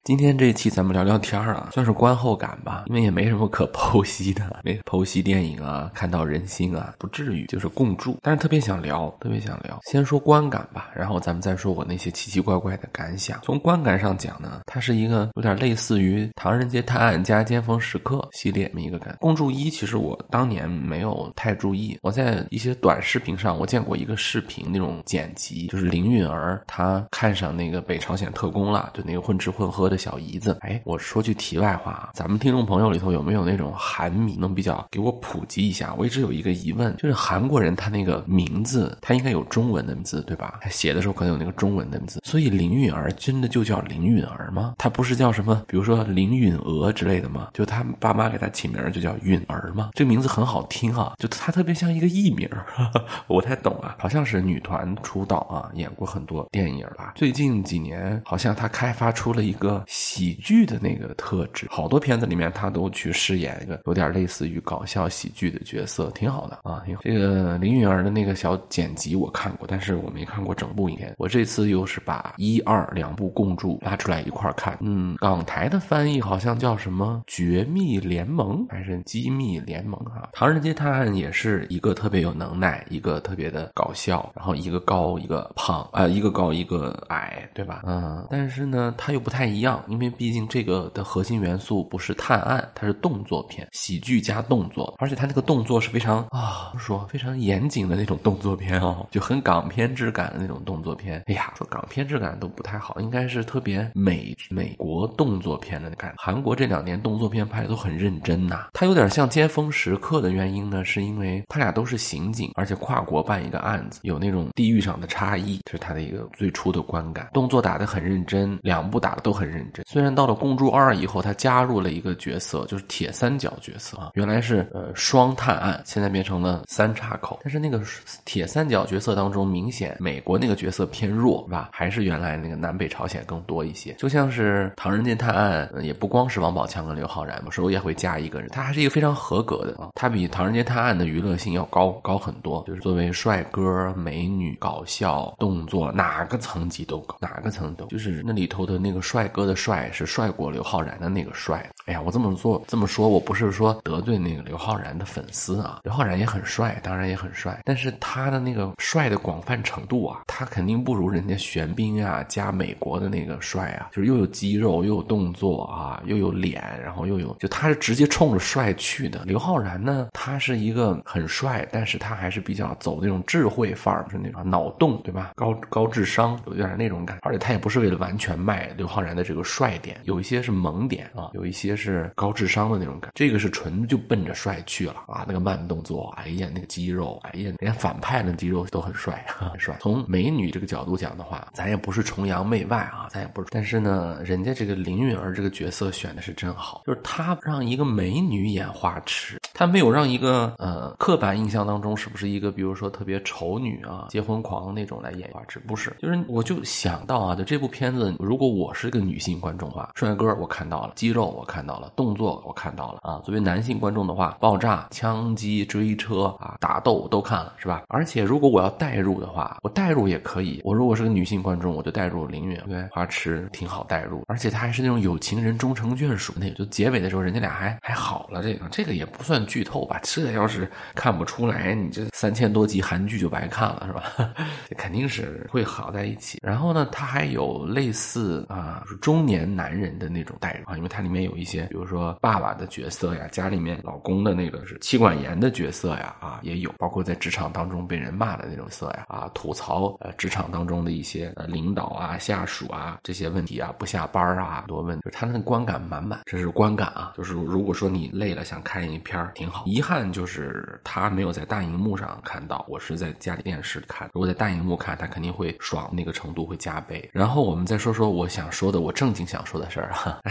今天这一期咱们聊聊天啊，算是观后感吧，因为也没什么可剖析的，没剖析电影啊，看到人心啊，不至于，就是共筑。但是特别想聊。先说观感吧，然后咱们再说我那些奇奇怪怪的感想。从观感上讲呢，它是一个有点类似于《唐人街探案》加《尖峰时刻》系列这么一个感。共筑一其实我当年没有太注意，我在一些短视频上我见过一个视频那种剪辑，就是林允儿她看上那个北朝鲜特工了，就那个混吃混喝的小姨子。我说句题外话，咱们听众朋友里头有没有那种韩迷能比较给我普及一下？我一直有一个疑问，就是韩国人他那个名字他应该有中文的名字对吧？他写的时候可能有那个中文的名字，所以林允儿真的就叫林允儿吗？他不是叫什么比如说林允娥之类的吗？就他爸妈给他起名就叫允儿吗？这个名字很好听啊，就他特别像一个艺名我不太懂啊，好像是女团出道啊，演过很多电影吧。最近几年好像他开发出了一个喜剧的那个特质，好多片子里面他都去饰演一个有点类似于搞笑喜剧的角色，挺好的啊，挺好。这个林允儿的那个小剪辑我看过，但是我没看过整部影片。我这次又是把1、2两部共筑拉出来一块看。港台的翻译好像叫什么绝密联盟还是机密联盟啊？唐人街探案也是一个特别有能耐，一个特别的搞笑，然后一个高一个胖一个高一个矮，对吧？但是呢它又不太一样，因为毕竟这个的核心元素不是探案，它是动作片，喜剧加动作，而且它那个动作是非常非常严谨的那种动作片就很港片质感的那种动作片。说港片质感都不太好，应该是特别美国动作片的感觉。韩国这2年动作片拍的都很认真呐，它有点像尖峰时刻的原因呢，是因为它俩都是刑警，而且跨国办一个案子，有那种地域上的差异，这是它的一个最初的观感。动作打得很认真，2部打得都很认真。虽然到了共筑2以后，它加入了一个角色，就是铁三角角色啊，原来是双探案，现在变成了3岔口。但是那个铁三角角色当中，明显美国那个角色偏弱，是吧？还是原来那个南北朝鲜更多一些。就像是唐人街探案，也不光是王宝强跟刘昊然，有时候也会加一个人，他还是一个非常合格的他比唐人街探案的娱乐性要高很多，就是作为帅哥、美女、搞笑、动作，哪个层级都高，哪个层级都，就是那里头的那个帅哥的帅是帅过刘昊然的那个帅。我这么说，我不是说得罪那个刘昊然的粉丝啊，刘昊然也很帅，当然也很帅，但是他的那个帅的广泛程度啊，他肯定不如人家玄彬啊加美国的那个帅啊，就是又有肌肉又有动作啊，又有脸，然后又有，就他是直接冲着帅去的。刘昊然呢，他是一个很帅，但是他还是比较走那种智慧范儿，是那种脑洞，对吧？高智商，有点那种感觉。而且他也不是为了完全卖刘昊然的这个帅点，有一些是萌点啊，有一些是高智商的那种感觉。这个是纯就奔着帅去了啊，那个慢动作，那个肌肉，连反派的肌肉都很帅，很帅。从美女这个角度讲的话，咱也不是崇洋媚外啊，咱也不是，但是呢，人家这个林允儿这个角色选的是真好，就是他让一个美女演花痴，他没有让一个刻板印象当中是不是一个比如说特别丑女啊、结婚狂那种来演花痴，不是，就是我就想到啊，就这部片子，如果我是个女性观众的话，帅哥我看到了，肌肉我看到了，动作我看到了啊，作为男性观众的话，爆炸、枪击、追车啊、打斗都看了，是吧？而且如果我要代入的话，我代入也可以，我如果是个女性观众，我就代入林允，对，花痴挺好代入，而且他还是那种有情人终成眷属，那也就结尾的时候人家俩还好了，这个也不算剧透吧？这要是看不出来，你这3000多集韩剧就白看了，是吧？这肯定是会好在一起。然后呢，他还有类似中年男人的那种代入，因为它里面有一些比如说爸爸的角色呀，家里面老公的那个是妻管严的角色呀，也有，包括在职场当中被人骂的那种色呀，吐槽职场当中的一些领导啊、下属啊这些问题啊，不下班啊，很多问题，就是他那个观感满满，这是观感啊。就是如果说你累了想看一片挺好，遗憾就是他没有在大荧幕上看到，我是在家里电视看，如果在大荧幕看，他肯定会爽，那个程度会加倍。然后我们再说说我正经想说的事儿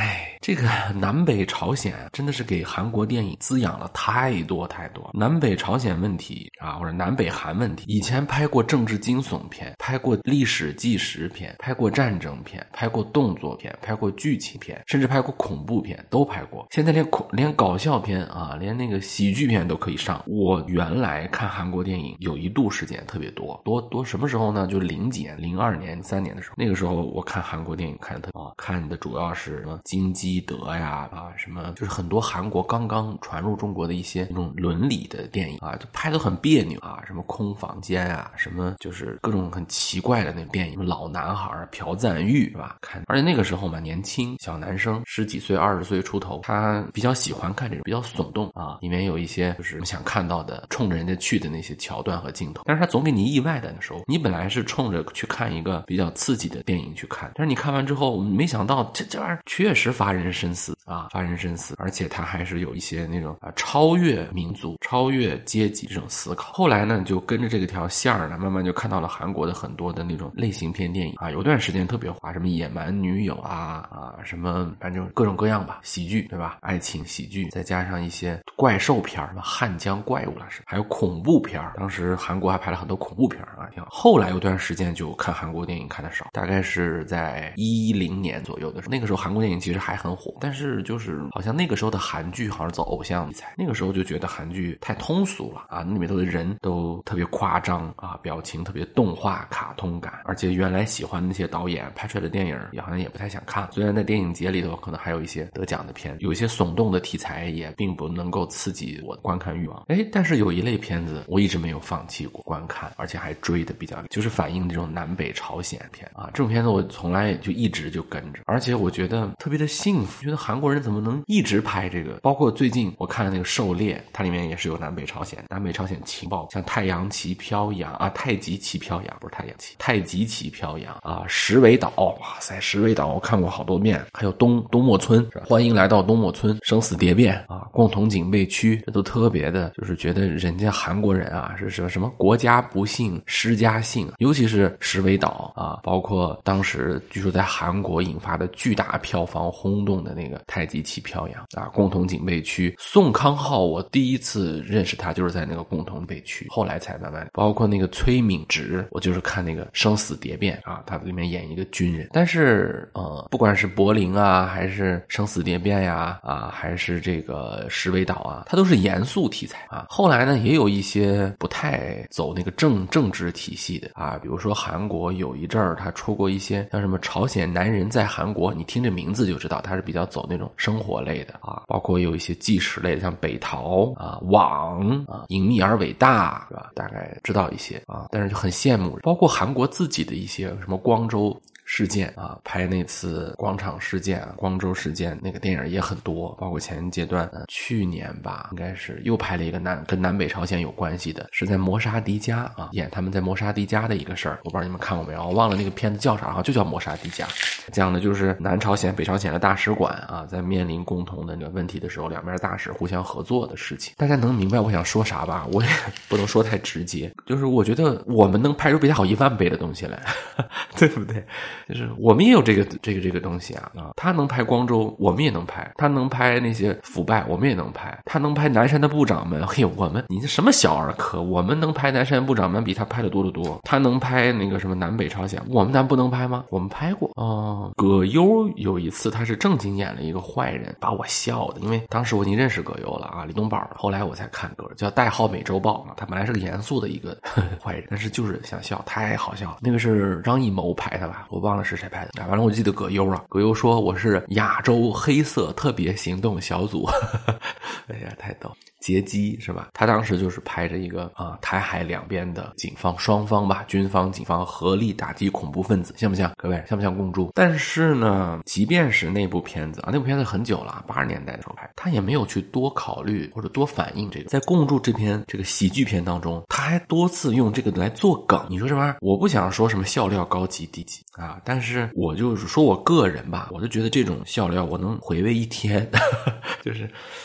这个南北朝鲜真的是给韩国电影滋养了太多太多。南北朝鲜问题啊，或者南北韩问题，以前拍过政治惊悚片，拍过历史纪实片，拍过战争片，拍过动作片，拍过剧情片，甚至拍过恐怖片，都拍过。现在连搞笑片啊，连那个喜剧片都可以上。我原来看韩国电影有一度时间特别多什么时候呢？就零几年02年03年的时候，那个时候我看韩国电影看的看的主要是什么金基德呀什么就是很多韩国刚刚传入中国的一些那种伦理的电影啊，就拍得很别扭啊，什么空房间啊，什么就是各种很奇怪的那电影，老男孩朴赞玉是吧？看，而且那个时候嘛，年轻小男生10几岁20岁出头，他比较喜欢看这种比较耸动啊，里面有一些就是想看到的冲着人家去的那些桥段和镜头，但是他总给你意外的时候，你本来是冲着去看一个比较刺激的电影去看，但是你看完之后没想到这玩意儿确实发人深思啊，发人深思，而且它还是有一些那种超越民族超越阶级这种思考。后来呢就跟着这个条线儿呢，慢慢就看到了韩国的很多的那种类型片电影啊，有段时间特别火，什么野蛮女友什么反正各种各样吧，喜剧对吧，爱情喜剧，再加上一些怪兽片什么汉江怪物啦，还有恐怖片，当时韩国还拍了很多恐怖片啊，挺好。后来有段时间就看韩国电影看的少，大概是在2010年左右的时候，那个时候韩国电影其实还很火，但是就是好像那个时候的韩剧好像走偶像题材，那个时候就觉得韩剧太通俗了啊，那里面头的人都特别夸张啊，表情特别动画卡通感，而且原来喜欢的那些导演拍出来的电影也好像也不太想看，虽然在电影节里头可能还有一些得奖的片，有一些耸动的题材也并不能够刺激我的观看欲望。但是有一类片子我一直没有放弃过观看，而且还追的比较，就是反映这种南北朝鲜片啊，这种片子我从来就一直就跟着，而且我觉得特别的幸福，觉得韩国人怎么能一直拍这个，包括最近我看的那个狩猎，它里面也是有南北朝鲜情报，像太阳旗飘扬啊，太极旗飘扬，不是太阳旗，太极旗飘扬啊，石尾岛，哇塞，石尾岛我看过好多遍，还有东莫村，欢迎来到东莫村，生死蝶变啊，共同警备区，这都特别的，就是觉得人家韩国人啊是什么国家不幸施家幸，尤其是石尾岛啊，包括当时据说在韩国引发的巨大票房轰动的那个太极旗飘扬啊，共同警备区，宋康昊我第一次认识他就是在那个共同警备区，后来才慢慢，包括那个崔敏植，我就是看那个生死蝶变啊，他里面演一个军人，但是不管是柏林啊，还是生死蝶变呀还是这个石尾岛啊，它都是严肃题材啊。后来呢也有一些不太走那个政治体系的啊，比如说韩国有一阵儿他出过一些像什么朝鲜男人在韩国，你听这名字就知道他是比较走那种生活类的啊，包括有一些纪实类的，像北逃啊、网啊、隐秘而伟大，是吧？大概知道一些啊，但是就很羡慕，包括韩国自己的一些什么光州事件啊，拍那次广场事件啊，光州事件那个电影也很多，包括前阶段去年吧，应该是又拍了一个跟南北朝鲜有关系的，是在摩沙迪加啊，演他们在摩沙迪加的一个事儿，我不知道你们看过没有，我忘了那个片子叫啥啊，就叫摩沙迪加，讲的就是南朝鲜北朝鲜的大使馆啊，在面临共同的那个问题的时候，两边大使互相合作的事情。大家能明白我想说啥吧？我也不能说太直接，就是我觉得我们能拍出比他好10000倍的东西来对不对？就是我们也有这个东西啊，他能拍光州，我们也能拍；他能拍那些腐败，我们也能拍；他能拍南山的部长们，嘿，你这什么小儿科？我们能拍南山部长们比他拍的多得多。他能拍那个什么南北朝鲜，我们难不能拍吗？我们拍过葛优有一次他是正经演了一个坏人，把我笑的，因为当时我已经认识葛优了啊，李东宝，后来我才看葛叫代号美洲豹啊，他本来是个严肃的一个坏人，但是就是想笑，太好笑了。那个是张艺谋拍的吧，我忘了是谁拍的啊，反正我记得葛优啊，葛优说我是亚洲黑色特别行动小组哎呀太逗，劫机是吧？他当时就是拍着一个台海两边的警方双方吧，军方警方合力打击恐怖分子，像不像？各位像不像共筑？但是呢，即便是那部片子啊，那部片子很久了，80年代的时候拍，他也没有去多考虑或者多反映这个，在共筑这个喜剧片当中，他还多次用这个来做梗。你说这玩意儿，我不想说什么笑料高级低级啊，但是我就是说我个人吧，我就觉得这种笑料我能回味一天就是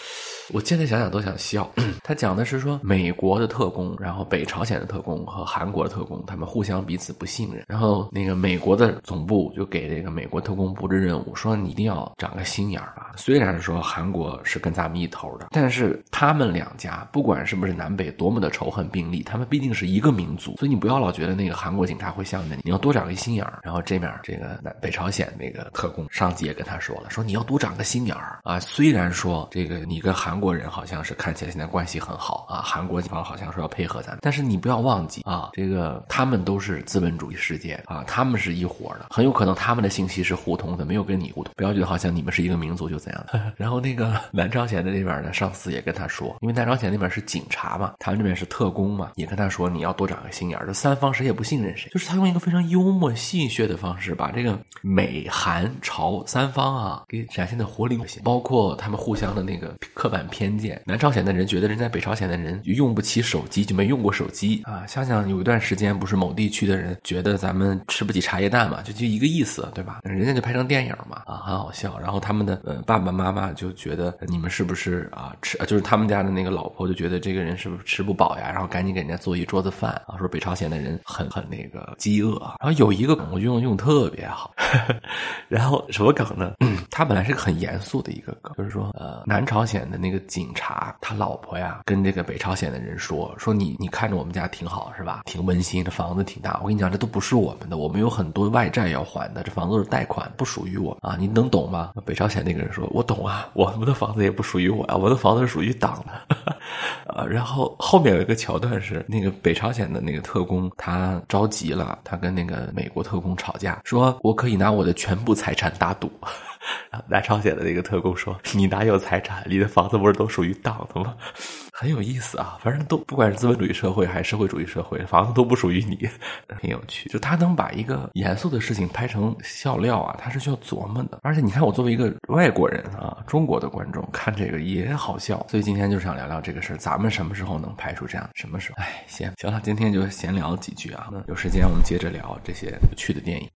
我现在想想都想笑。他讲的是说美国的特工，然后北朝鲜的特工和韩国的特工，他们互相彼此不信任。然后那个美国的总部就给这个美国特工布置任务，说你一定要长个心眼儿啊。虽然说韩国是跟咱们一头的，但是他们两家不管是不是南北多么的仇恨并立，他们毕竟是一个民族，所以你不要老觉得那个韩国警察会向着你，你要多长个心眼儿。然后这面这个北朝鲜那个特工上级也跟他说了，说你要多长个心眼儿啊。虽然说这个你跟韩国人好像是看起来现在关系很好啊，韩国警方好像说要配合咱，但是你不要忘记啊，这个他们都是资本主义世界啊，他们是一伙的，很有可能他们的信息是互通的，没有跟你互通，不要觉得好像你们是一个民族就怎样的。然后那个南朝鲜的那边的上司也跟他说，因为南朝鲜那边是警察嘛，他们这边是特工嘛，也跟他说你要多长个心眼儿，这三方谁也不信任谁，就是他用一个非常幽默戏谑的方式，把这个美韩朝三方啊给展现的活灵活现，包括他们互相的那个刻板偏见。南朝鲜的人觉得人家北朝鲜的人用不起手机，就没用过手机啊。想想有一段时间不是某地区的人觉得咱们吃不起茶叶蛋嘛，就一个意思，对吧？人家就拍成电影嘛，啊，很好笑。然后他们的爸爸妈妈就觉得你们是不是啊就是他们家的那个老婆就觉得这个人是不是吃不饱呀，然后赶紧给人家做一桌子饭啊，说北朝鲜的人很那个饥饿啊。然后有一个梗我就用特别好，然后什么梗呢？他本来是个很严肃的一个梗，就是说南朝鲜的那个警察他老婆呀跟这个北朝鲜的人说你看着我们家挺好是吧，挺温馨，这房子挺大，我跟你讲这都不是我们的，我们有很多外债要还的，这房子都是贷款不属于我啊，你能懂吗？北朝鲜那个人说我懂啊，我们的房子也不属于我啊，我的房子是属于党的然后后面有一个桥段是那个北朝鲜的那个特工他着急了，他跟那个美国特工吵架，说我可以拿我的全部财产打赌。南朝鲜的那个特工说你哪有财产，你的房子不是都属于党的吗？很有意思啊，反正都不管是资本主义社会还是社会主义社会，房子都不属于你，很有趣。就他能把一个严肃的事情拍成笑料啊，他是需要琢磨的。而且你看我作为一个外国人啊，中国的观众看这个也好笑，所以今天就想聊聊这个事，咱们什么时候能拍出这样，什么时候？行了，今天就闲聊几句啊，那有时间我们接着聊这些有趣的电影。